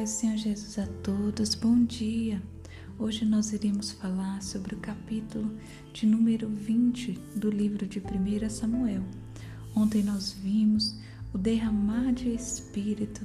paz do Senhor Jesus a todos, bom dia! Hoje nós iremos falar sobre o capítulo de número 20 do livro de 1 Samuel. Ontem nós vimos o derramado Espírito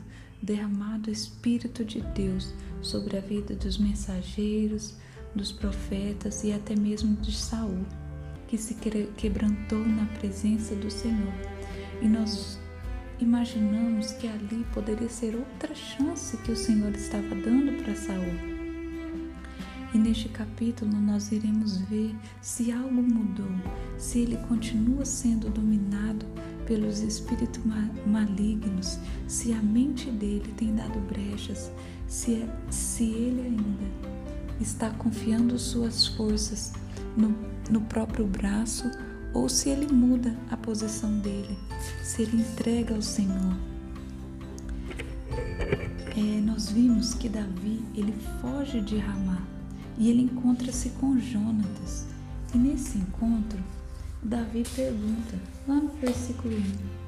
de Deus sobre a vida dos mensageiros, dos profetas e até mesmo de Saul, que se quebrantou na presença do Senhor. E nós imaginamos que ali poderia ser outra chance que o Senhor estava dando para Saul. E neste capítulo nós iremos ver se algo mudou, se ele continua sendo dominado pelos espíritos malignos, se a mente dele tem dado brechas, se ele ainda está confiando suas forças no próprio braço, ou se ele muda a posição dele, se ele entrega ao Senhor. Nós vimos que Davi, ele foge de Ramá e ele encontra-se com Jonatas. E nesse encontro, Davi pergunta, lá no versículo 1,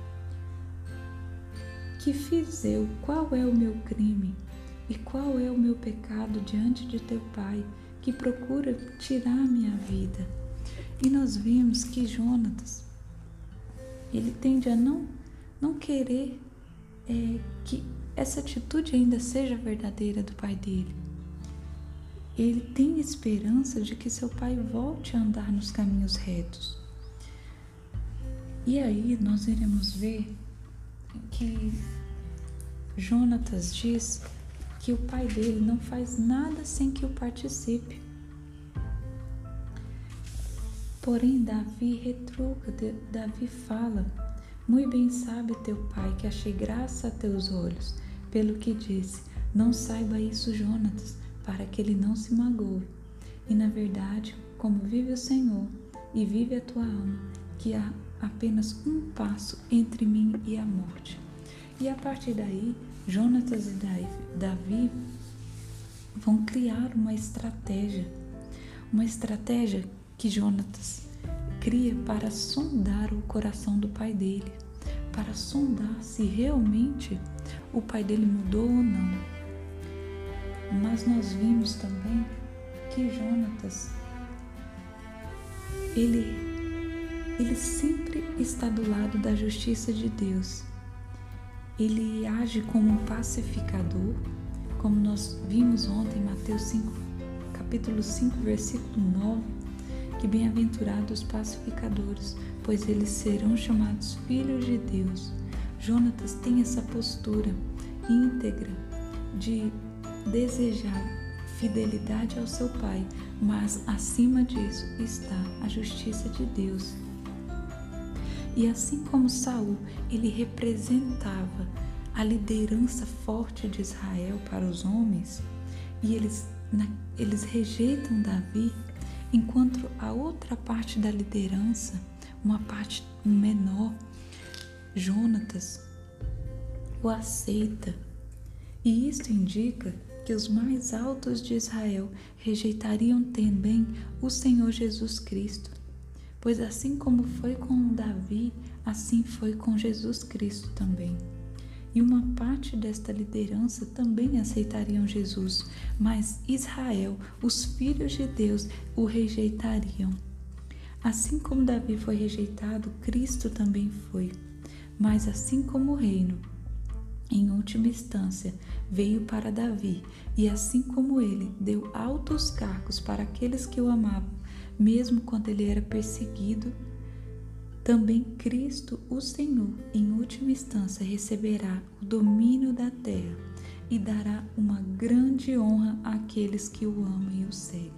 que fiz eu? Qual é o meu crime? E qual é o meu pecado diante de teu pai, que procura tirar a minha vida? E nós vemos que Jonatas, ele tende a não querer que essa atitude ainda seja verdadeira do pai dele. Ele tem esperança de que seu pai volte a andar nos caminhos retos. E aí nós iremos ver que Jonatas diz que o pai dele não faz nada sem que o participe. Porém, Davi retruca, Davi fala, muito bem sabe teu pai que achei graça a teus olhos, pelo que disse, não saiba isso Jonatas, para que ele não se magoe. E na verdade, como vive o Senhor e vive a tua alma, que há apenas um passo entre mim e a morte. E a partir daí, Jonatas e Davi vão criar uma estratégia que Jonatas cria para sondar o coração do pai dele, para sondar se realmente o pai dele mudou ou não. Mas nós vimos também que Jonatas, ele sempre está do lado da justiça de Deus. Ele age como um pacificador, como nós vimos ontem em Mateus 5, capítulo 5, versículo 9, que bem-aventurados os pacificadores, pois eles serão chamados filhos de Deus. Jonatas tem essa postura íntegra de desejar fidelidade ao seu pai, mas acima disso está a justiça de Deus. E assim como Saul, ele representava a liderança forte de Israel para os homens, e eles rejeitam Davi, enquanto a outra parte da liderança, uma parte menor, Jonatas, o aceita. E isto indica que os mais altos de Israel rejeitariam também o Senhor Jesus Cristo. Pois assim como foi com Davi, assim foi com Jesus Cristo também. E uma parte desta liderança também aceitariam Jesus, mas Israel, os filhos de Deus, o rejeitariam. Assim como Davi foi rejeitado, Cristo também foi. Mas assim como o reino, em última instância, veio para Davi, e assim como ele deu altos cargos para aqueles que o amavam, mesmo quando ele era perseguido, também Cristo, o Senhor, em última instância, receberá o domínio da terra e dará uma grande honra àqueles que o amam e o seguem.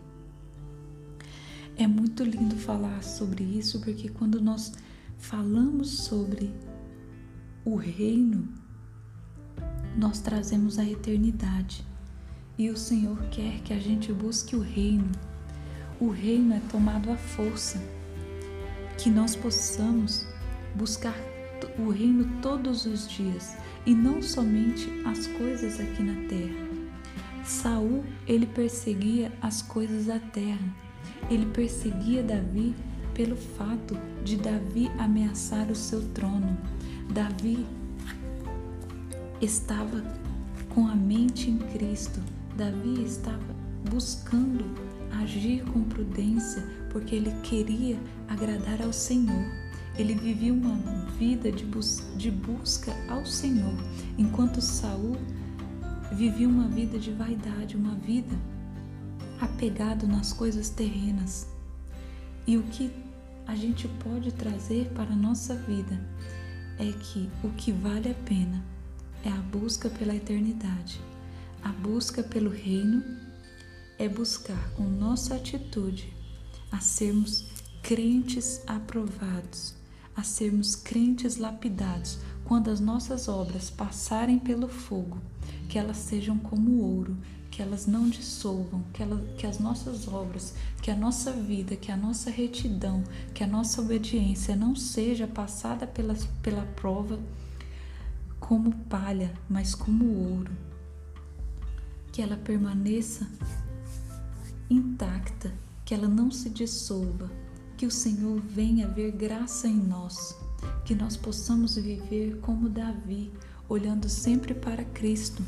É muito lindo falar sobre isso, porque quando nós falamos sobre o reino, nós trazemos a eternidade. E o Senhor quer que a gente busque o reino. O reino é tomado à força. Que nós possamos buscar o reino todos os dias e não somente as coisas aqui na terra. Saul, ele perseguia as coisas da terra. Ele perseguia Davi pelo fato de Davi ameaçar o seu trono. Davi estava com a mente em Cristo. Davi estava buscando agir com prudência, porque ele queria agradar ao Senhor. Ele vivia uma vida de busca ao Senhor, enquanto Saul vivia uma vida de vaidade, uma vida apegado nas coisas terrenas. E o que a gente pode trazer para a nossa vida é que o que vale a pena é a busca pela eternidade. A busca pelo reino é buscar com nossa atitude a sermos crentes aprovados, a sermos crentes lapidados. Quando as nossas obras passarem pelo fogo, que elas sejam como ouro, que elas não dissolvam, que as nossas obras, que a nossa vida, que a nossa retidão, que a nossa obediência não seja passada pela prova como palha, mas como ouro. Que ela permaneça intacta, que ela não se dissolva, que o Senhor venha ver graça em nós, que nós possamos viver como Davi, olhando sempre para Cristo.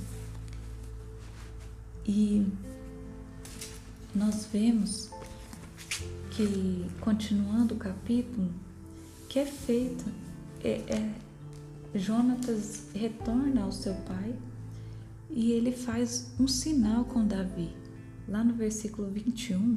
E nós vemos que, continuando o capítulo, que é feito, Jonatas retorna ao seu pai e ele faz um sinal com Davi. Lá no versículo 21,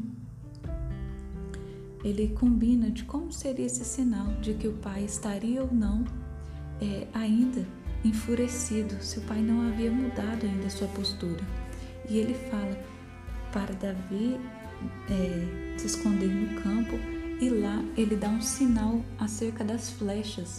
ele combina de como seria esse sinal, de que o pai estaria ou não ainda enfurecido, se o pai não havia mudado ainda a sua postura. E ele fala para Davi se esconder no campo, e lá ele dá um sinal acerca das flechas.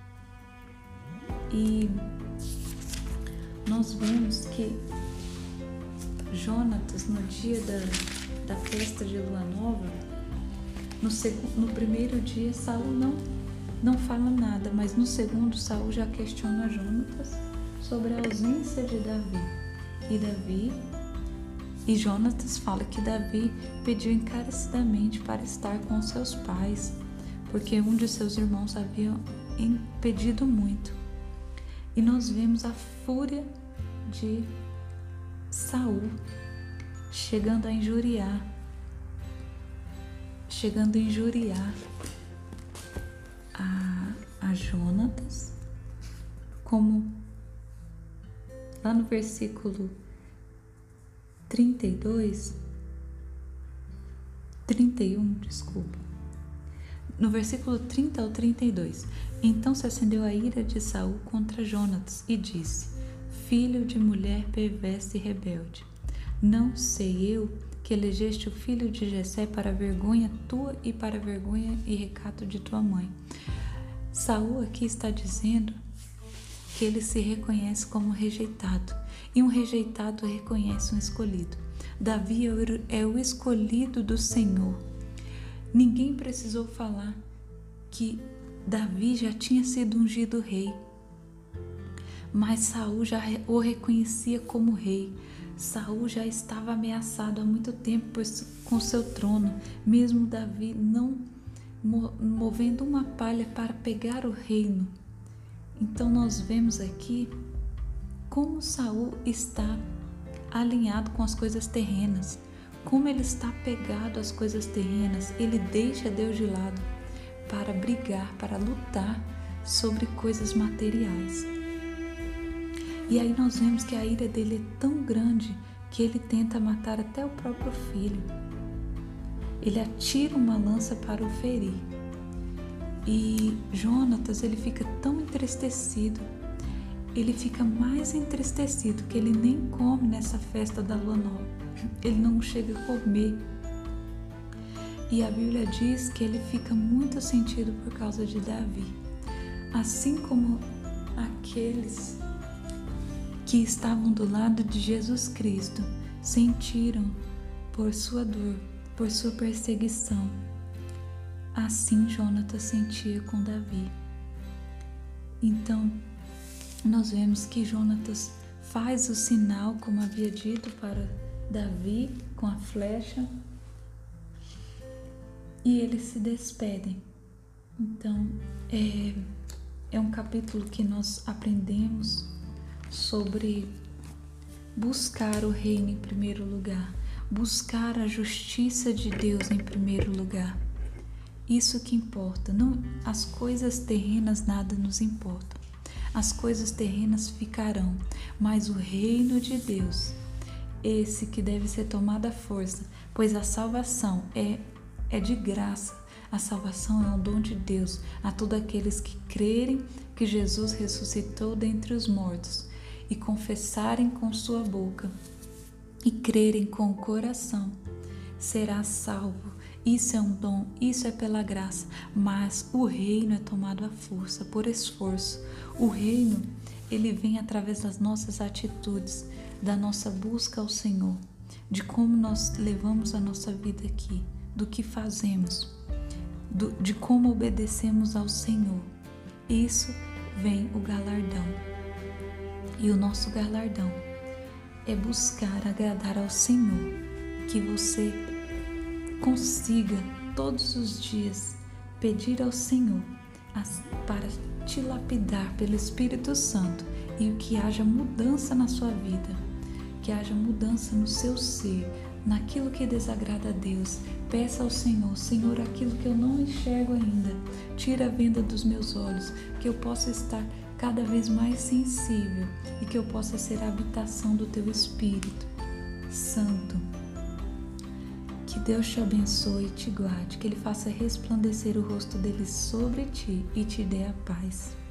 E nós vemos que Jonatas, no dia da festa de lua nova, no primeiro dia Saul não fala nada, mas no segundo Saul já questiona Jonatas sobre a ausência de Davi. E Jonatas fala que Davi pediu encarecidamente para estar com seus pais, porque um de seus irmãos havia pedido muito. E nós vemos a fúria de Saul chegando a injuriar a Jonatas, como lá no versículo 31, no versículo 30 ao 32. Então se acendeu a ira de Saul contra Jonatas e disse: filho de mulher perversa e rebelde, não sei eu que elegeste o filho de Jessé para a vergonha tua e para a vergonha e recato de tua mãe. Saul aqui está dizendo que ele se reconhece como rejeitado, e um rejeitado reconhece um escolhido. Davi é o escolhido do Senhor. Ninguém precisou falar que Davi já tinha sido ungido rei, mas Saul já o reconhecia como rei. Saul já estava ameaçado há muito tempo com seu trono, mesmo Davi não movendo uma palha para pegar o reino. Então nós vemos aqui como Saul está alinhado com as coisas terrenas, como ele está apegado às coisas terrenas. Ele deixa Deus de lado para brigar, para lutar sobre coisas materiais. E aí nós vemos que a ira dele é tão grande que ele tenta matar até o próprio filho. Ele atira uma lança para o ferir. E Jonatas, ele fica tão entristecido, ele fica mais entristecido que ele nem come nessa festa da lua nova. Ele não chega a comer. E a Bíblia diz que ele fica muito sentido por causa de Davi. Assim como aqueles que estavam do lado de Jesus Cristo sentiram por sua dor, por sua perseguição, assim Jonatas sentia com Davi. Então, nós vemos que Jonatas faz o sinal, como havia dito para Davi, com a flecha, e eles se despedem. Então, é um capítulo que nós aprendemos sobre buscar o reino em primeiro lugar, buscar a justiça de Deus em primeiro lugar. Isso que importa. Não, as coisas terrenas nada nos importa. As coisas terrenas ficarão, mas o reino de Deus, esse que deve ser tomado à força, pois a salvação é de graça. A salvação é um dom de Deus a todos aqueles que crerem que Jesus ressuscitou dentre os mortos e confessarem com sua boca e crerem com o coração, será salvo. Isso é um dom, isso é pela graça, mas o reino é tomado à força, por esforço. O reino, ele vem através das nossas atitudes, da nossa busca ao Senhor, de como nós levamos a nossa vida aqui, do que fazemos, de como obedecemos ao Senhor. Isso vem o galardão. E o nosso galardão é buscar agradar ao Senhor, que você consiga todos os dias pedir ao Senhor para te lapidar pelo Espírito Santo e que haja mudança na sua vida, que haja mudança no seu ser, naquilo que desagrada a Deus. Peça ao Senhor: Senhor, aquilo que eu não enxergo ainda, tira a venda dos meus olhos, que eu possa estar cada vez mais sensível e que eu possa ser a habitação do Teu Espírito Santo. Que Deus te abençoe e te guarde, que Ele faça resplandecer o rosto dele sobre ti e te dê a paz.